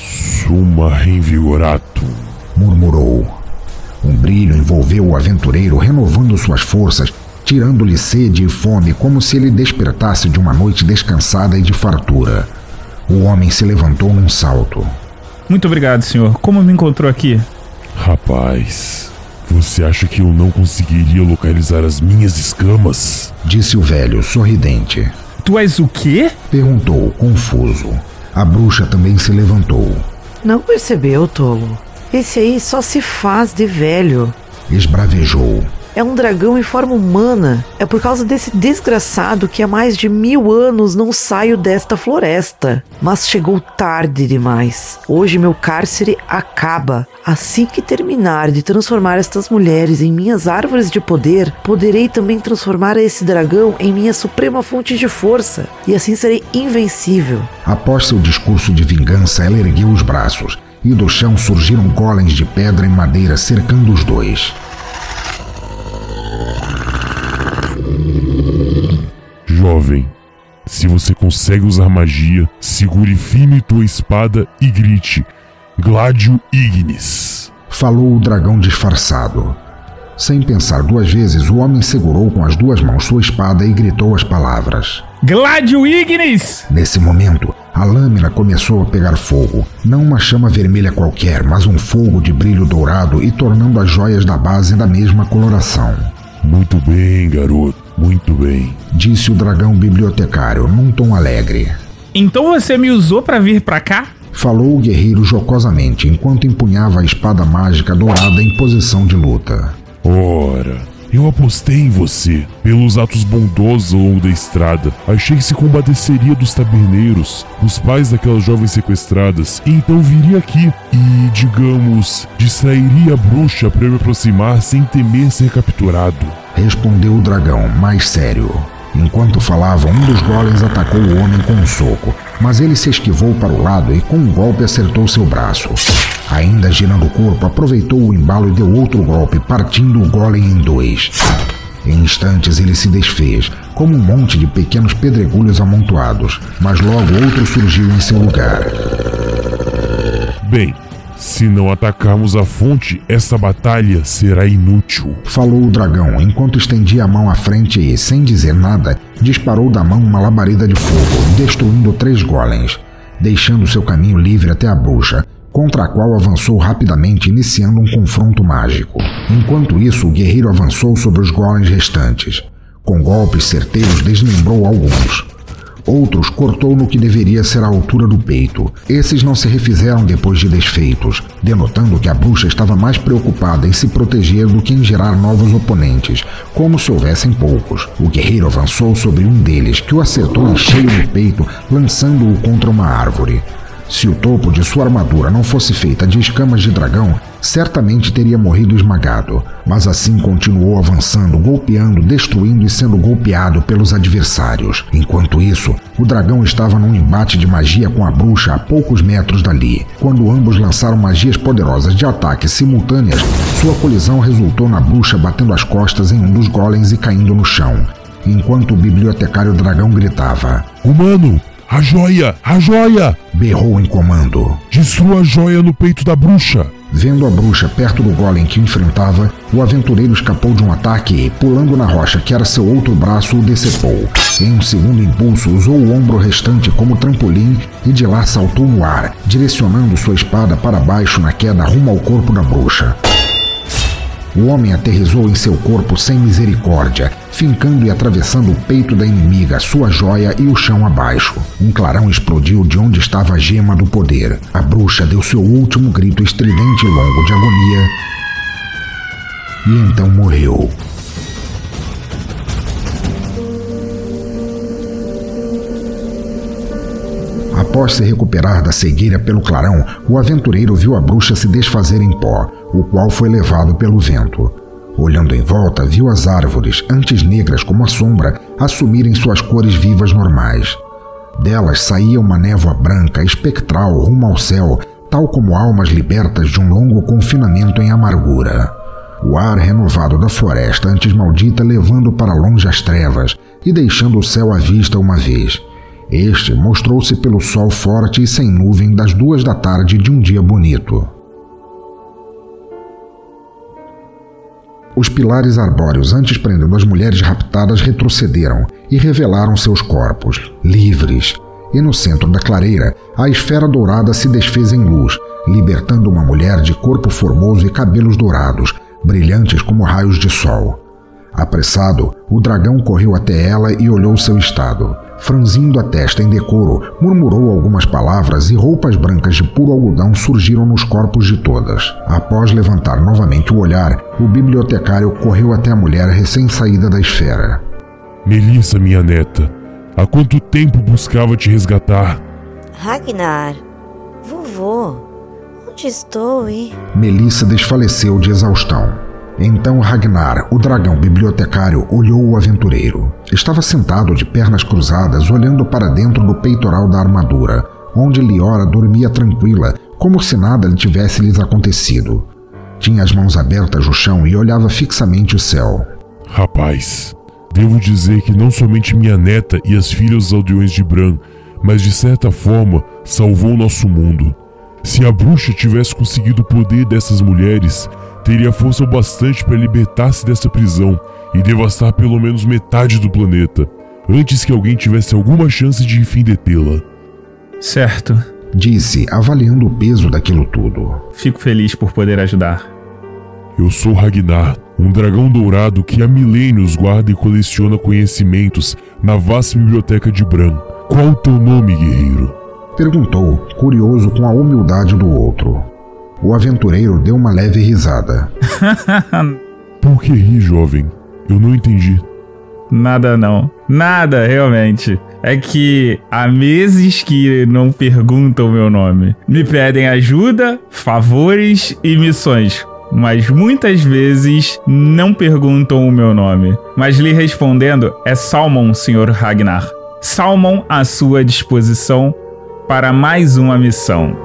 Summa reinvigoratum, murmurou. Um brilho envolveu o aventureiro, renovando suas forças, tirando-lhe sede e fome como se ele despertasse de uma noite descansada e de fartura. O homem se levantou num salto. Muito obrigado, senhor. Como me encontrou aqui? Rapaz, você acha que eu não conseguiria localizar as minhas escamas? Disse o velho, sorridente. Tu és o quê? Perguntou, confuso. A bruxa também se levantou. Não percebeu, tolo? Esse aí só se faz de velho. Esbravejou. É um dragão em forma humana. É por causa desse desgraçado que há mais de mil anos não saio desta floresta. Mas chegou tarde demais. Hoje meu cárcere acaba. Assim que terminar de transformar estas mulheres em minhas árvores de poder, poderei também transformar esse dragão em minha suprema fonte de força. E assim serei invencível. Após seu discurso de vingança, ela ergueu os braços. E do chão surgiram golems de pedra e madeira cercando os dois. Jovem, se você consegue usar magia, segure firme tua espada e grite: Gladio Ignis. Falou o dragão disfarçado. Sem pensar duas vezes, o homem segurou com as duas mãos sua espada e gritou as palavras: Gladio Ignis! Nesse momento, a lâmina começou a pegar fogo. Não uma chama vermelha qualquer, mas um fogo de brilho dourado e tornando as joias da base da mesma coloração. Muito bem, garoto, muito bem, disse o dragão bibliotecário num tom alegre. Então você me usou pra vir pra cá? Falou o guerreiro jocosamente enquanto empunhava a espada mágica dourada em posição de luta. Ora, eu apostei em você, pelos atos bondosos ao longo da estrada. Achei que se compadeceria dos taberneiros, dos pais daquelas jovens sequestradas, e então viria aqui e, digamos, distrairia a bruxa para me aproximar sem temer ser capturado. Respondeu o dragão, mais sério. Enquanto falava, um dos golems atacou o homem com um soco, mas ele se esquivou para o lado e com um golpe acertou seu braço. Ainda girando o corpo, aproveitou o embalo e deu outro golpe, partindo o golem em dois. Em instantes ele se desfez, como um monte de pequenos pedregulhos amontoados, mas logo outro surgiu em seu lugar. Bem, se não atacarmos a fonte, essa batalha será inútil. Falou o dragão, enquanto estendia a mão à frente e, sem dizer nada, disparou da mão uma labareda de fogo, destruindo três golems, deixando seu caminho livre até a bruxa, contra a qual avançou rapidamente, iniciando um confronto mágico. Enquanto isso, o guerreiro avançou sobre os golems restantes. Com golpes certeiros, desmembrou alguns. Outros cortou no que deveria ser a altura do peito. Esses não se refizeram depois de desfeitos, denotando que a bruxa estava mais preocupada em se proteger do que em gerar novos oponentes, como se houvessem poucos. O guerreiro avançou sobre um deles, que o acertou em cheio no peito, lançando-o contra uma árvore. Se o topo de sua armadura não fosse feita de escamas de dragão, certamente teria morrido esmagado, mas assim continuou avançando, golpeando, destruindo e sendo golpeado pelos adversários. Enquanto isso, o dragão estava num embate de magia com a bruxa a poucos metros dali. Quando ambos lançaram magias poderosas de ataque simultâneas, sua colisão resultou na bruxa batendo as costas em um dos golems e caindo no chão, enquanto o bibliotecário dragão gritava: Humano! A joia! A joia! Berrou em comando. Destrua a joia no peito da bruxa! Vendo a bruxa perto do golem que enfrentava, o aventureiro escapou de um ataque e, pulando na rocha que era seu outro braço, o decepou. Em um segundo impulso, usou o ombro restante como trampolim e de lá saltou no ar, direcionando sua espada para baixo na queda rumo ao corpo da bruxa. O homem aterrissou em seu corpo sem misericórdia, fincando e atravessando o peito da inimiga, sua joia e o chão abaixo. Um clarão explodiu de onde estava a gema do poder. A bruxa deu seu último grito estridente e longo de agonia e então morreu. Após se recuperar da cegueira pelo clarão, o aventureiro viu a bruxa se desfazer em pó, o qual foi levado pelo vento. Olhando em volta, viu as árvores, antes negras como a sombra, assumirem suas cores vivas normais. Delas saía uma névoa branca, espectral, rumo ao céu, tal como almas libertas de um longo confinamento em amargura. O ar renovado da floresta antes maldita levando para longe as trevas e deixando o céu à vista uma vez. Este mostrou-se pelo sol forte e sem nuvem das duas da tarde de um dia bonito. Os pilares arbóreos antes prendendo as mulheres raptadas retrocederam e revelaram seus corpos, livres. E no centro da clareira, a esfera dourada se desfez em luz, libertando uma mulher de corpo formoso e cabelos dourados, brilhantes como raios de sol. Apressado, o dragão correu até ela e olhou seu estado. Franzindo a testa em decoro, murmurou algumas palavras e roupas brancas de puro algodão surgiram nos corpos de todas. Após levantar novamente o olhar, o bibliotecário correu até a mulher recém-saída da esfera. Melissa, minha neta, há quanto tempo buscava te resgatar? Ragnar, vovô, onde estou, hein? Melissa desfaleceu de exaustão. Então Ragnar, o dragão bibliotecário, olhou o aventureiro. Estava sentado de pernas cruzadas, olhando para dentro do peitoral da armadura, onde Liora dormia tranquila, como se nada lhe tivesse lhes acontecido. Tinha as mãos abertas no chão e olhava fixamente o céu. Rapaz, Devo dizer que não somente minha neta e as filhas dos aldeões de Bran, mas de certa forma salvou nosso mundo. Se a bruxa tivesse conseguido o poder dessas mulheres, teria força o bastante para libertar-se dessa prisão e devastar pelo menos metade do planeta, antes que alguém tivesse alguma chance de enfim detê-la. Certo. Disse, avaliando o peso daquilo tudo. Fico feliz por poder ajudar. Eu sou Ragnar, um dragão dourado que há milênios guarda e coleciona conhecimentos na vasta biblioteca de Bran. Qual o teu nome, guerreiro? Perguntou, curioso com a humildade do outro. O aventureiro deu uma leve risada. Por que ri, jovem? Eu não entendi. Nada não. Nada, realmente. É que há meses que não perguntam meu nome. Me pedem ajuda, favores e missões, mas muitas vezes não perguntam o meu nome. Mas lhe respondendo, é Salmon, senhor Ragnar. Salmon à sua disposição para mais uma missão.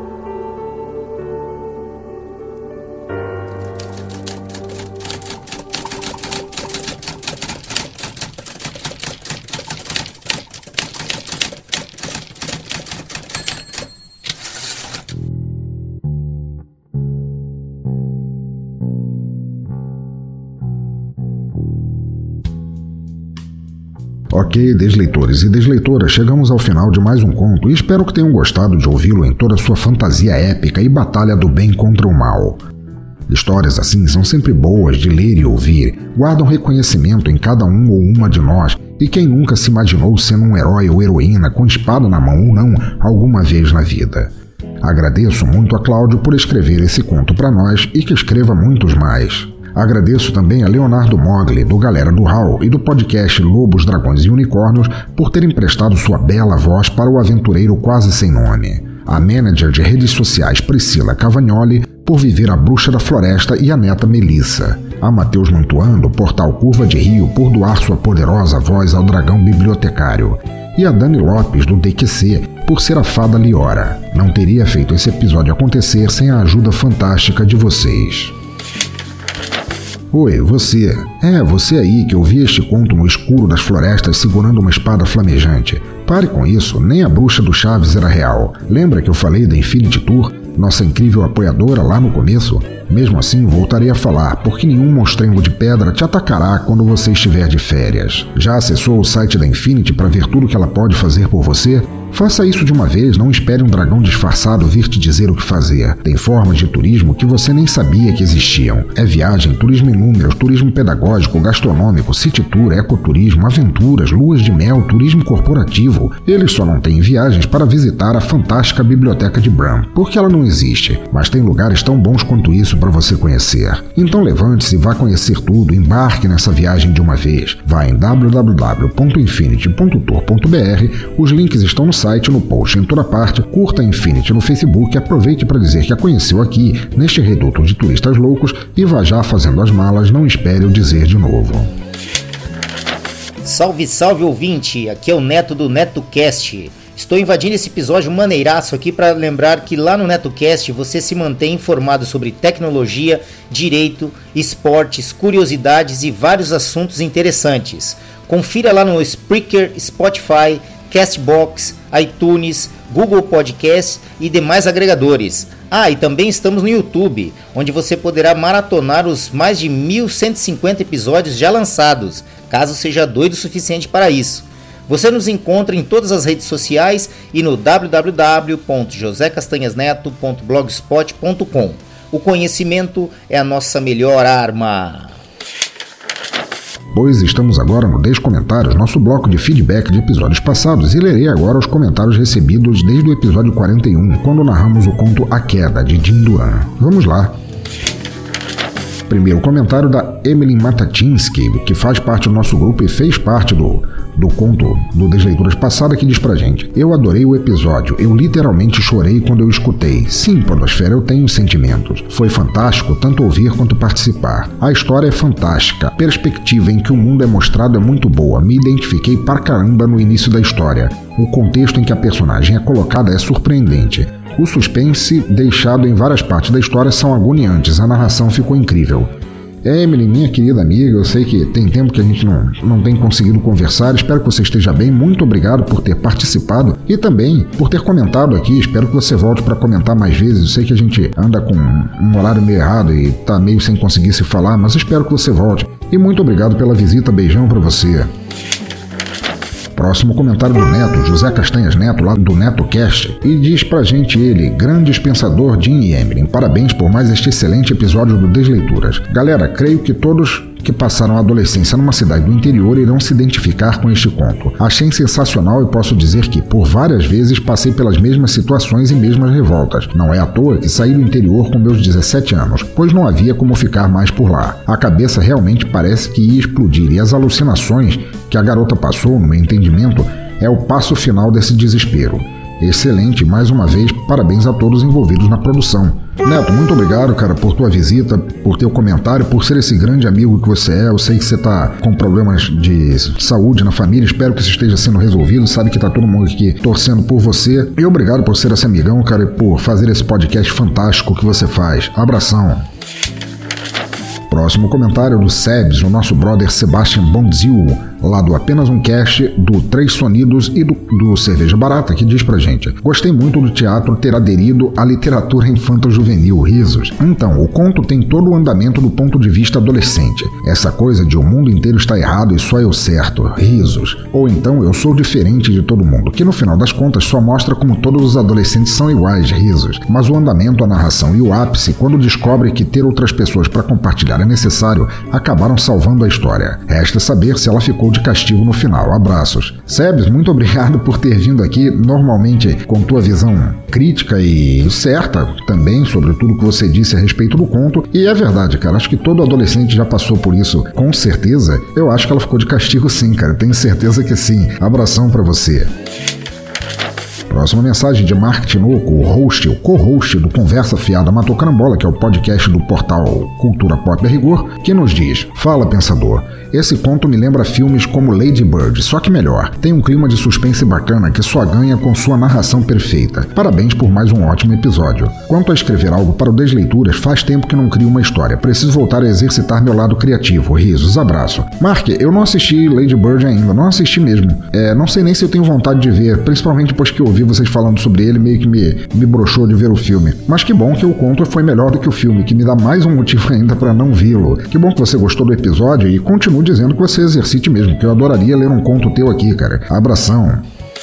Ok, desleitores e desleitoras, chegamos ao final de mais um conto e espero que tenham gostado de ouvi-lo em toda a sua fantasia épica e batalha do bem contra o mal. Histórias assim são sempre boas de ler e ouvir, guardam reconhecimento em cada um ou uma de nós, e quem nunca se imaginou sendo um herói ou heroína com espada na mão ou não alguma vez na vida. Agradeço muito a Cláudio por escrever esse conto para nós e que escreva muitos mais. Agradeço também a Leonardo Mogli, do Galera do Hall e do podcast Lobos, Dragões e Unicórnios, por ter emprestado sua bela voz para o aventureiro quase sem nome. A manager de redes sociais Priscila Cavagnoli, por viver a Bruxa da Floresta e a neta Melissa. A Matheus Mantuan, do portal Curva de Rio, por doar sua poderosa voz ao dragão bibliotecário. E a Dani Lopes, do D Q C, por ser a fada Liora. Não teria feito esse episódio acontecer sem a ajuda fantástica de vocês. Oi, você. É, você aí que ouvia este conto no escuro das florestas segurando uma espada flamejante. Pare com isso, nem a bruxa do Chaves era real. Lembra que eu falei da Infinity Tour, nossa incrível apoiadora lá no começo? Mesmo assim, voltarei a falar, porque nenhum monstrengo de pedra te atacará quando você estiver de férias. Já acessou o site da Infinity para ver tudo que ela pode fazer por você? Faça isso de uma vez, não espere um dragão disfarçado vir te dizer o que fazer. Tem formas de turismo que você nem sabia que existiam. É viagem, turismo em números, turismo pedagógico, gastronômico, city tour, ecoturismo, aventuras, luas de mel, turismo corporativo. Eles só não têm viagens para visitar a fantástica biblioteca de Bran, porque ela não existe, mas tem lugares tão bons quanto isso para você conhecer. Então levante-se e vá conhecer tudo, embarque nessa viagem de uma vez. Vá em w w w ponto infinity ponto tour ponto b r, os links estão no site, no post em toda parte, curta a Infinity no Facebook, aproveite para dizer que a conheceu aqui, neste reduto de turistas loucos, e vá já fazendo as malas, não espere eu dizer de novo. Salve, salve ouvinte, aqui é o Neto do NetoCast. Estou invadindo esse episódio maneiraço aqui para lembrar que lá no NetoCast você se mantém informado sobre tecnologia, direito, esportes, curiosidades e vários assuntos interessantes. Confira lá no Spreaker, Spotify, Castbox, iTunes, Google Podcast e demais agregadores. Ah, e também estamos no YouTube, onde você poderá maratonar os mais de mil cento e cinquenta episódios já lançados, caso seja doido o suficiente para isso. Você nos encontra em todas as redes sociais e no w w w ponto josé castanhas neto ponto blogspot ponto com. O conhecimento é a nossa melhor arma. Pois estamos agora no Descomentários, nosso bloco de feedback de episódios passados, e lerei agora os comentários recebidos desde o episódio quarenta e um, quando narramos o conto A Queda, de Jim Duran. Vamos lá! Primeiro comentário da Emily Matatinsky, que faz parte do nosso grupo e fez parte do, do conto do Desleituras passada, que diz pra gente: eu adorei o episódio, eu literalmente chorei quando eu escutei. Sim, Podosfera, eu tenho sentimentos. Foi fantástico tanto ouvir quanto participar. A história é fantástica, a perspectiva em que o mundo é mostrado é muito boa, me identifiquei pra caramba no início da história. O contexto em que a personagem é colocada é surpreendente. O suspense deixado em várias partes da história são agoniantes, a narração ficou incrível. Emily, minha querida amiga, eu sei que tem tempo que a gente não, não tem conseguido conversar, espero que você esteja bem, muito obrigado por ter participado e também por ter comentado aqui, espero que você volte para comentar mais vezes, eu sei que a gente anda com um horário meio errado e tá meio sem conseguir se falar, mas espero que você volte. E muito obrigado pela visita, beijão para você. Próximo comentário do Neto, José Castanhas Neto, lá do NetoCast, e diz pra gente ele, grandes pensador Jim e Emily, parabéns por mais este excelente episódio do Desleituras. Galera, creio que todos que passaram a adolescência numa cidade do interior irão se identificar com este conto. Achei sensacional e posso dizer que, por várias vezes, passei pelas mesmas situações e mesmas revoltas. Não é à toa que saí do interior com meus dezessete anos, pois não havia como ficar mais por lá. A cabeça realmente parece que ia explodir e as alucinações que a garota passou, no meu entendimento, é o passo final desse desespero. Excelente, mais uma vez, parabéns a todos envolvidos na produção. Neto, muito obrigado, cara, por tua visita, por teu comentário, por ser esse grande amigo que você é. Eu sei que você tá com problemas de saúde na família, espero que isso esteja sendo resolvido, sabe que tá todo mundo aqui torcendo por você. E obrigado por ser esse amigão, cara, e por fazer esse podcast fantástico que você faz. Abração. Próximo comentário do Sebs, o nosso brother Sebastian Bonzil, lá do Apenas um Cast, do Três Sonidos e do, do Cerveja Barata, que diz pra gente: gostei muito do teatro ter aderido à literatura infanto-juvenil, risos. Então, o conto tem todo o andamento do ponto de vista adolescente. Essa coisa de o mundo inteiro está errado e só eu certo, risos. Ou então, eu sou diferente de todo mundo, que no final das contas só mostra como todos os adolescentes são iguais, risos. Mas o andamento, a narração e o ápice, quando descobre que ter outras pessoas para compartilhar é necessário, acabaram salvando a história. Resta saber se ela ficou de castigo no final. Abraços. Sebes, muito obrigado por ter vindo aqui, normalmente com tua visão crítica e certa também sobre tudo que você disse a respeito do conto. E é verdade, cara, acho que todo adolescente já passou por isso, com certeza. Eu acho que ela ficou de castigo sim, cara, tenho certeza que sim. Abração pra você. Próxima mensagem de Mark Tinoco, o host, o co-host do Conversa Fiada Matou Carambola, que é o podcast do portal Cultura Pop a Rigor, que nos diz: fala, pensador, esse conto me lembra filmes como Lady Bird, só que melhor. Tem um clima de suspense bacana que só ganha com sua narração perfeita. Parabéns por mais um ótimo episódio. Quanto a escrever algo para o Desleituras, faz tempo que não crio uma história. Preciso voltar a exercitar meu lado criativo. Risos, abraço. Mark, eu não assisti Lady Bird ainda, não assisti mesmo. É, não sei nem se eu tenho vontade de ver, principalmente depois que eu ouvi vocês falando sobre ele, meio que me, me broxou de ver o filme. Mas que bom que o conto foi melhor do que o filme, que me dá mais um motivo ainda para não vê-lo. Que bom que você gostou do episódio e continue dizendo que você exercite mesmo, que eu adoraria ler um conto teu aqui, cara. Abração.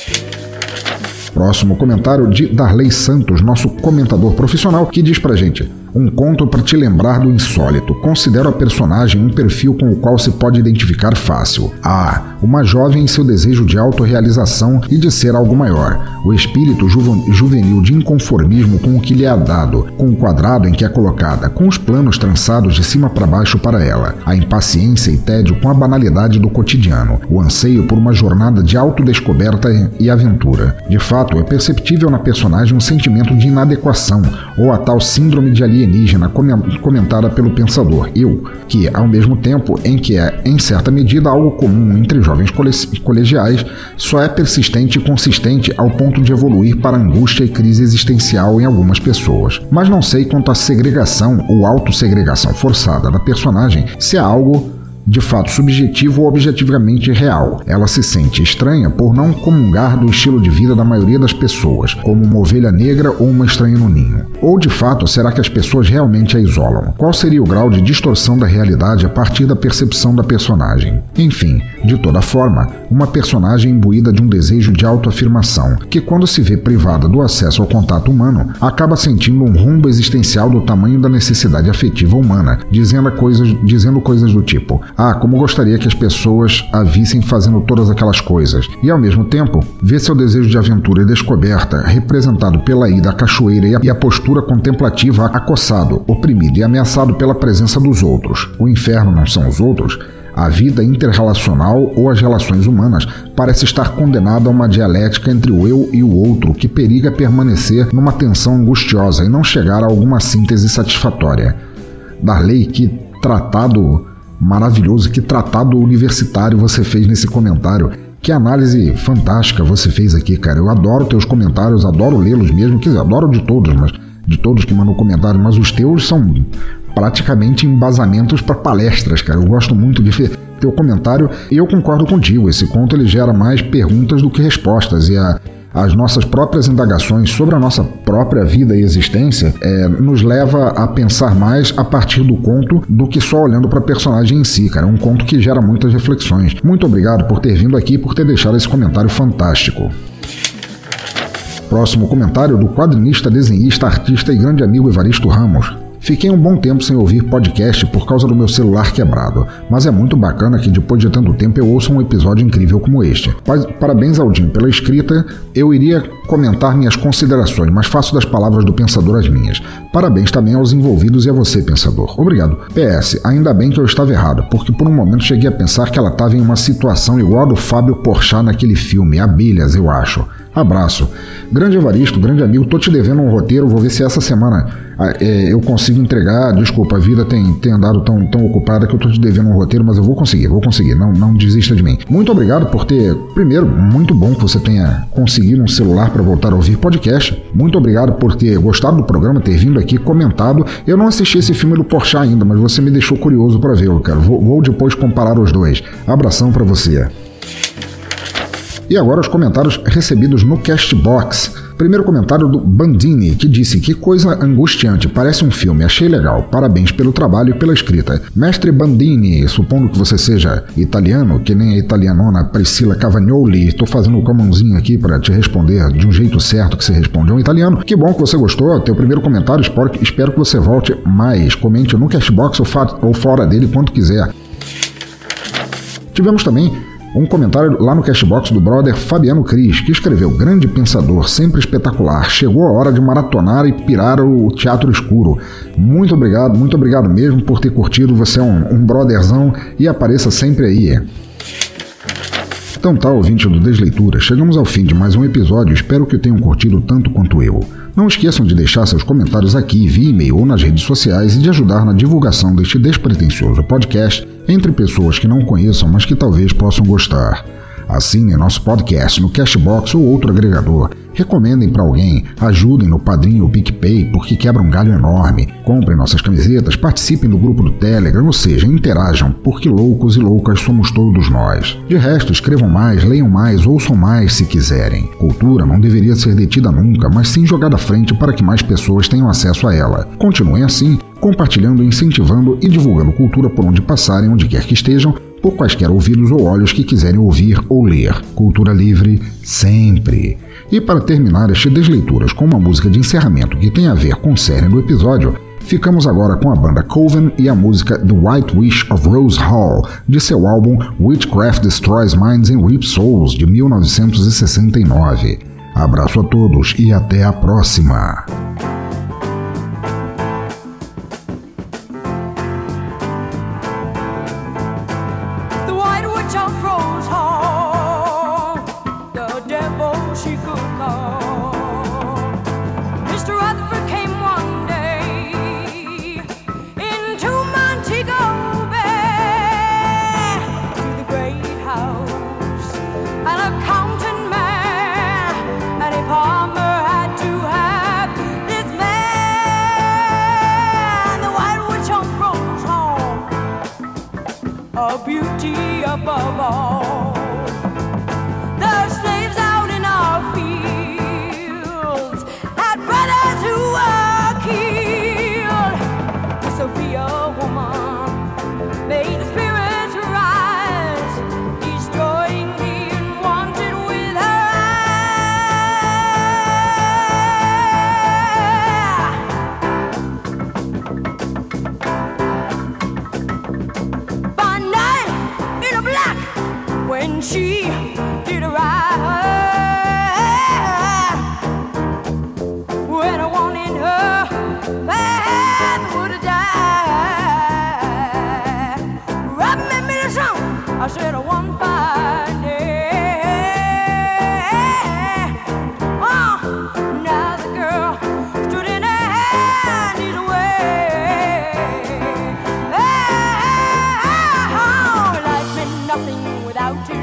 Próximo comentário de Darley Santos, nosso comentador profissional, que diz pra gente: um conto para te lembrar do insólito. Considero a personagem um perfil com o qual se pode identificar fácil. A. Uma jovem em seu desejo de autorrealização e de ser algo maior. O espírito juven- juvenil de inconformismo com o que lhe é dado, com o quadrado em que é colocada, com os planos trançados de cima para baixo para ela. A impaciência e tédio com a banalidade do cotidiano. O anseio por uma jornada de autodescoberta e aventura. De fato, é perceptível na personagem um sentimento de inadequação, ou a tal síndrome de alienígena comentada pelo pensador Eu, que, ao mesmo tempo em que é, em certa medida, algo comum entre jovens colegiais, só é persistente e consistente ao ponto de evoluir para angústia e crise existencial em algumas pessoas. Mas não sei quanto à segregação ou autossegregação forçada da personagem, se é algo de fato subjetivo ou objetivamente real. Ela se sente estranha por não comungar do estilo de vida da maioria das pessoas, como uma ovelha negra ou uma estranha no ninho. Ou de fato, será que as pessoas realmente a isolam? Qual seria o grau de distorção da realidade a partir da percepção da personagem? Enfim, de toda forma, uma personagem imbuída de um desejo de autoafirmação, que quando se vê privada do acesso ao contato humano, acaba sentindo um rumbo existencial do tamanho da necessidade afetiva humana, dizendo coisas, dizendo coisas do tipo: ah, como gostaria que as pessoas a vissem fazendo todas aquelas coisas. E ao mesmo tempo, vê seu desejo de aventura e descoberta representado pela ida à cachoeira e a postura contemplativa acossado, oprimido e ameaçado pela presença dos outros. O inferno não são os outros? A vida interrelacional ou as relações humanas parece estar condenada a uma dialética entre o eu e o outro que periga permanecer numa tensão angustiosa e não chegar a alguma síntese satisfatória. Darley, que tratado maravilhoso, que tratado universitário você fez nesse comentário. Que análise fantástica você fez aqui, cara. Eu adoro teus comentários, adoro lê-los mesmo, quer dizer, adoro de todos, mas de todos que mandam comentários, mas os teus são praticamente embasamentos para palestras, cara. Eu gosto muito de ver teu comentário e eu concordo contigo. Esse conto ele gera mais perguntas do que respostas e a As nossas próprias indagações sobre a nossa própria vida e existência é, nos leva a pensar mais a partir do conto do que só olhando para a personagem em si, cara. É um conto que gera muitas reflexões. Muito obrigado por ter vindo aqui e por ter deixado esse comentário fantástico. Próximo comentário do quadrinista, desenhista, artista e grande amigo Evaristo Ramos. Fiquei um bom tempo sem ouvir podcast por causa do meu celular quebrado, mas é muito bacana que depois de tanto tempo eu ouça um episódio incrível como este. Parabéns ao Jim pela escrita, eu iria comentar minhas considerações, mas faço das palavras do pensador as minhas. Parabéns também aos envolvidos e a você, pensador. Obrigado. P S, ainda bem que eu estava errado, porque por um momento cheguei a pensar que ela estava em uma situação igual a do Fábio Porchat naquele filme, Abelhas, eu acho. Abraço. Grande Evaristo, grande amigo, tô te devendo um roteiro, vou ver se essa semana é, eu consigo entregar. Desculpa, a vida tem, tem andado tão, tão ocupada que eu tô te devendo um roteiro, mas eu vou conseguir, vou conseguir, não, não desista de mim. Muito obrigado por ter, primeiro, muito bom que você tenha conseguido um celular para voltar a ouvir podcast. Muito obrigado por ter gostado do programa, ter vindo aqui, comentado. Eu não assisti esse filme do Porchat ainda, mas você me deixou curioso para vê-lo, cara. Vou, vou depois comparar os dois. Abração para você. E agora os comentários recebidos no Castbox. Primeiro comentário do Bandini, que disse: que coisa angustiante, parece um filme, achei legal, parabéns pelo trabalho e pela escrita. Mestre Bandini, supondo que você seja italiano, que nem a italianona Priscila Cavagnoli, estou fazendo com a mãozinha aqui para te responder de um jeito certo que você responde a um italiano. Que bom que você gostou, teu primeiro comentário, espero, espero que você volte mais, comente no Castbox ou, ou fora dele quando quiser. Tivemos também um comentário lá no Castbox do brother Fabiano Cris, que escreveu: grande pensador, sempre espetacular, chegou a hora de maratonar e pirar o Teatro Escuro. Muito obrigado, muito obrigado mesmo por ter curtido, você é um, um brotherzão e apareça sempre aí. Então tá, ouvinte do Desleitura, chegamos ao fim de mais um episódio, espero que tenham curtido tanto quanto eu. Não esqueçam de deixar seus comentários aqui via e-mail ou nas redes sociais e de ajudar na divulgação deste despretensioso podcast entre pessoas que não conheçam, mas que talvez possam gostar. Assinem nosso podcast no Castbox ou outro agregador. Recomendem para alguém, ajudem no Padrinho ou PicPay, porque quebra um galho enorme. Comprem nossas camisetas, participem do grupo do Telegram, ou seja, interajam, porque loucos e loucas somos todos nós. De resto, escrevam mais, leiam mais, ouçam mais se quiserem. Cultura não deveria ser detida nunca, mas sim jogada à frente para que mais pessoas tenham acesso a ela. Continuem assim, compartilhando, incentivando e divulgando cultura por onde passarem, onde quer que estejam, por quaisquer ouvidos ou olhos que quiserem ouvir ou ler. Cultura livre sempre. E para terminar este Desleituras com uma música de encerramento que tem a ver com o cerne do episódio, ficamos agora com a banda Coven e a música The White Wish of Rose Hall, de seu álbum Witchcraft Destroys Minds and Reaps Souls, de mil novecentos e sessenta e nove. Abraço a todos e até a próxima! Above all, the slaves out in our fields had brothers who were killed. Sophia, woman, made the spirits rise, destroying the unwanted with her eye. By night, when she did arrive, when I wanted her, I would have died. Rob me, me the song, I said I one fine day. Oh, now the girl stood in her hand either way. Oh, life meant nothing without his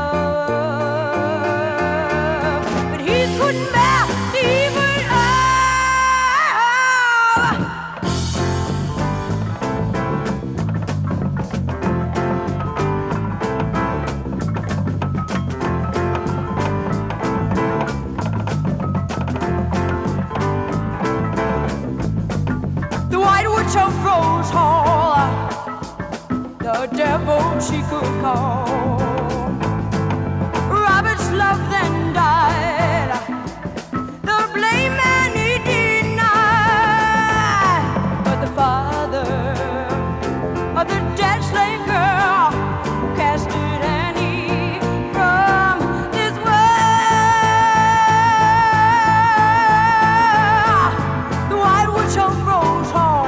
love, but he couldn't bear the evil of call. Robert's love then died. The blame man he denied, but the father of the dead slave girl cast it and he from this world. The white witch of Rose Hall,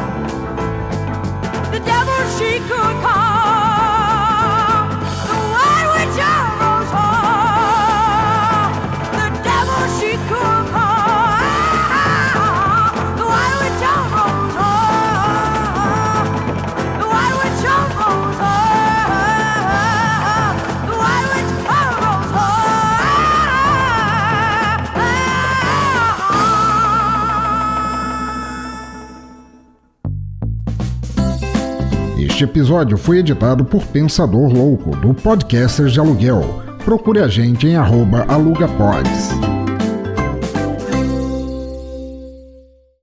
the devil she could call. The white witch of Rose Hall, the devil she could call. The white witch of Rose Hall, the white witch of Rose Hall, the white witch of Rose Hall. Este episódio foi editado por Pensador Louco, do Podcasters de Aluguel. Procure a gente em arroba alugapods.